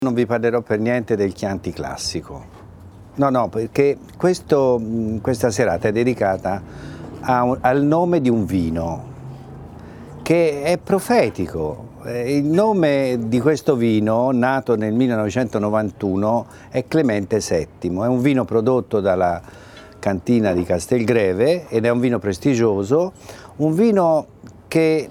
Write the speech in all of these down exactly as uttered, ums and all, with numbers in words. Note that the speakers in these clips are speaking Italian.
Non vi parlerò per niente del Chianti classico, no no, perché questo, questa serata è dedicata a un, al nome di un vino che è profetico. Il nome di questo vino, nato nel millenovecentonovantuno, è Clemente settimo, è un vino prodotto dalla cantina di Castelgreve ed è un vino prestigioso, un vino che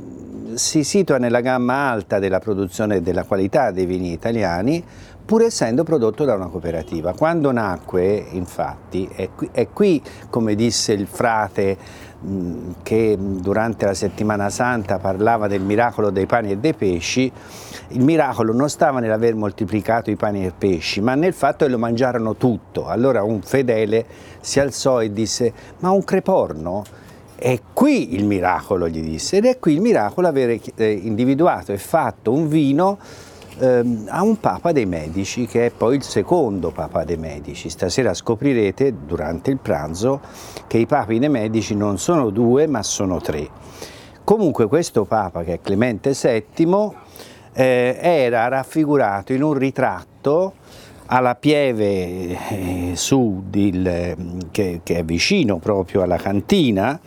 si situa nella gamma alta della produzione e della qualità dei vini italiani, pur essendo prodotto da una cooperativa. Quando nacque, infatti, è qui, è qui come disse il frate mh, che durante la settimana santa parlava del miracolo dei pani e dei pesci, il miracolo non stava nell'aver moltiplicato i pani e i pesci, ma nel fatto che lo mangiarono tutto. Allora un fedele si alzò e disse: ma un creporno? È qui il miracolo, gli disse, ed è qui il miracolo avere individuato e fatto un vino ehm, a un Papa dei Medici, che è poi il secondo Papa dei Medici. Stasera scoprirete durante il pranzo che i Papi dei Medici non sono due ma sono tre. Comunque questo Papa, che è Clemente settimo, eh, era raffigurato in un ritratto alla Pieve eh, Sud, il, che, che è vicino proprio alla cantina,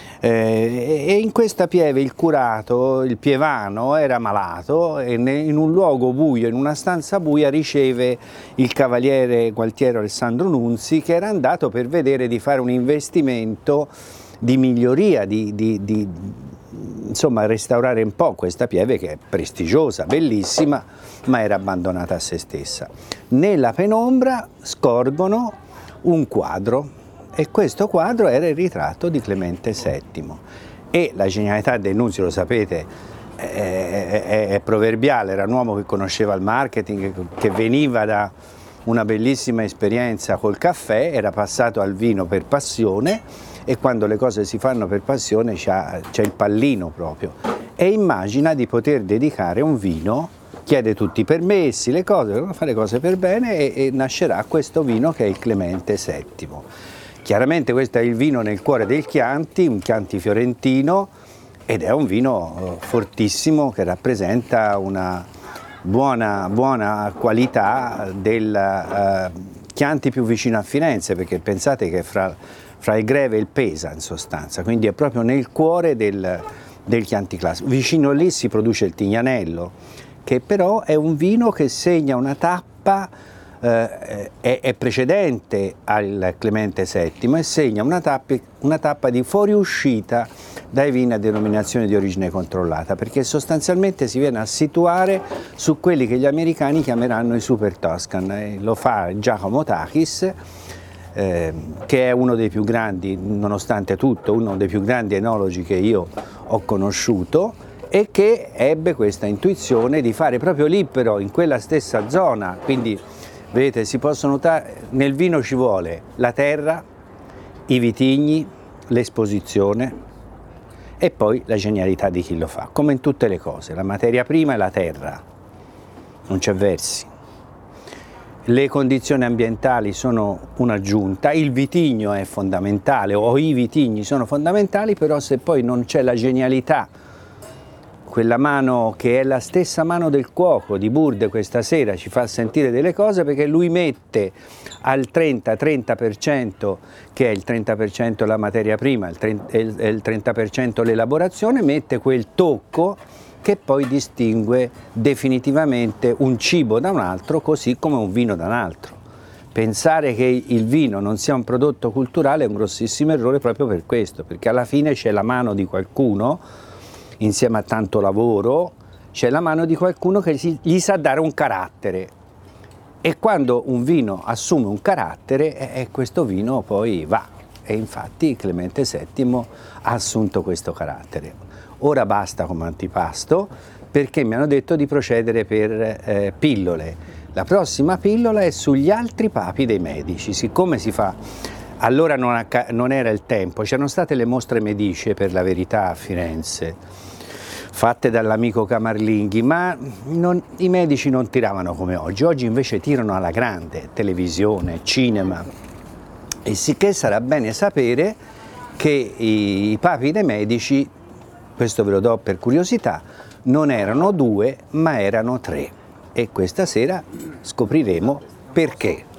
eh, e in questa Pieve il curato, il pievano, era malato e ne, in un luogo buio, in una stanza buia, riceve il cavaliere Gualtiero Alessandro Nunzi, che era andato per vedere di fare un investimento di miglioria, di, di, di insomma restaurare un po' questa Pieve che è prestigiosa, bellissima, ma era abbandonata a se stessa. Nella penombra scorgono un quadro e questo quadro era il ritratto di Clemente settimo e la genialità del Nunzio, lo sapete, è, è, è proverbiale. Era un uomo che conosceva il marketing, che veniva da una bellissima esperienza col caffè, era passato al vino per passione, e quando le cose si fanno per passione c'è il pallino proprio, e immagina di poter dedicare un vino, chiede tutti i permessi, le cose, fa le cose per bene, e, e nascerà questo vino che è il Clemente settimo. Chiaramente questo è il vino nel cuore del Chianti, un Chianti fiorentino, ed è un vino fortissimo che rappresenta una buona, buona qualità del uh, Chianti più vicino a Firenze, perché pensate che fra fra il Greve e il Pesa in sostanza, quindi è proprio nel cuore del, del Chianti classico. Vicino lì si produce il Tignanello, che però è un vino che segna una tappa, eh, è, è precedente al Clemente settimo e segna una tappa, una tappa di fuoriuscita dai vini a denominazione di origine controllata, perché sostanzialmente si viene a situare su quelli che gli americani chiameranno i Super Toscan, e lo fa Giacomo Tachis, Eh, che è uno dei più grandi, nonostante tutto, uno dei più grandi enologi che io ho conosciuto, e che ebbe questa intuizione di fare proprio lì, però in quella stessa zona. Quindi vedete, si possono notare, nel vino ci vuole la terra, i vitigni, l'esposizione e poi la genialità di chi lo fa, come in tutte le cose. La materia prima è la terra, non c'è versi. Le condizioni ambientali sono un'aggiunta, il vitigno è fondamentale, o i vitigni sono fondamentali, però se poi non c'è la genialità, quella mano che è la stessa mano del cuoco di Burde questa sera ci fa sentire delle cose, perché lui mette al trenta trenta per cento, che è il trenta per cento la materia prima e il trenta per cento l'elaborazione, mette quel tocco che poi distingue definitivamente un cibo da un altro, così come un vino da un altro. Pensare che il vino non sia un prodotto culturale è un grossissimo errore proprio per questo, perché alla fine c'è la mano di qualcuno, insieme a tanto lavoro, c'è la mano di qualcuno che gli sa dare un carattere, e quando un vino assume un carattere, eh, questo vino poi va, e infatti Clemente settimo ha assunto questo carattere. Ora basta come antipasto, perché mi hanno detto di procedere per eh, pillole. La prossima pillola è sugli altri papi dei Medici. Siccome si fa, allora non, non era il tempo, c'erano state le mostre Medici, per la verità, a Firenze, fatte dall'amico Camarlinghi, ma non, i Medici non tiravano come oggi. Oggi invece tirano alla grande, televisione, cinema, e sicché sarà bene sapere che i, i papi dei Medici, questo ve lo do per curiosità, non erano due ma erano tre. e questa sera scopriremo perché.